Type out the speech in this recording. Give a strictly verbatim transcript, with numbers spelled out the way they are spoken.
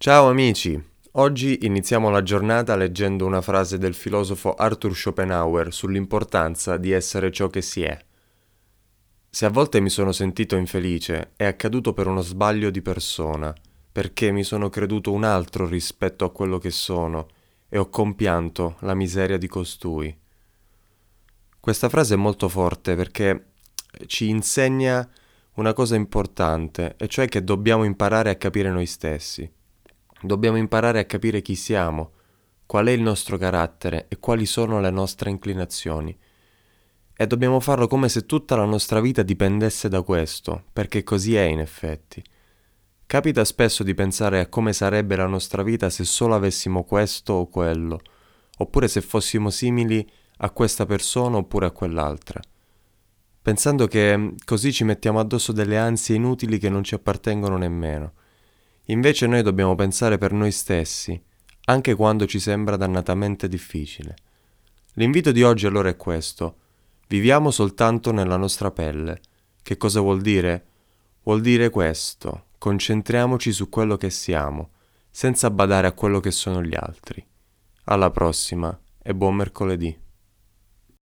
Ciao amici, oggi iniziamo la giornata leggendo una frase del filosofo Arthur Schopenhauer sull'importanza di essere ciò che si è. Se a volte mi sono sentito infelice, è accaduto per uno sbaglio di persona, perché mi sono creduto un altro rispetto a quello che sono e ho compianto la miseria di costui. Questa frase è molto forte perché ci insegna una cosa importante, e cioè che dobbiamo imparare a capire noi stessi. Dobbiamo imparare a capire chi siamo, qual è il nostro carattere e quali sono le nostre inclinazioni. E dobbiamo farlo come se tutta la nostra vita dipendesse da questo, perché così è in effetti. Capita spesso di pensare a come sarebbe la nostra vita se solo avessimo questo o quello, oppure se fossimo simili a questa persona oppure a quell'altra, pensando che mm, così ci mettiamo addosso delle ansie inutili che non ci appartengono nemmeno. Invece noi dobbiamo pensare per noi stessi, anche quando ci sembra dannatamente difficile. L'invito di oggi allora è questo: viviamo soltanto nella nostra pelle. Che cosa vuol dire? Vuol dire questo: concentriamoci su quello che siamo, senza badare a quello che sono gli altri. Alla prossima e buon mercoledì.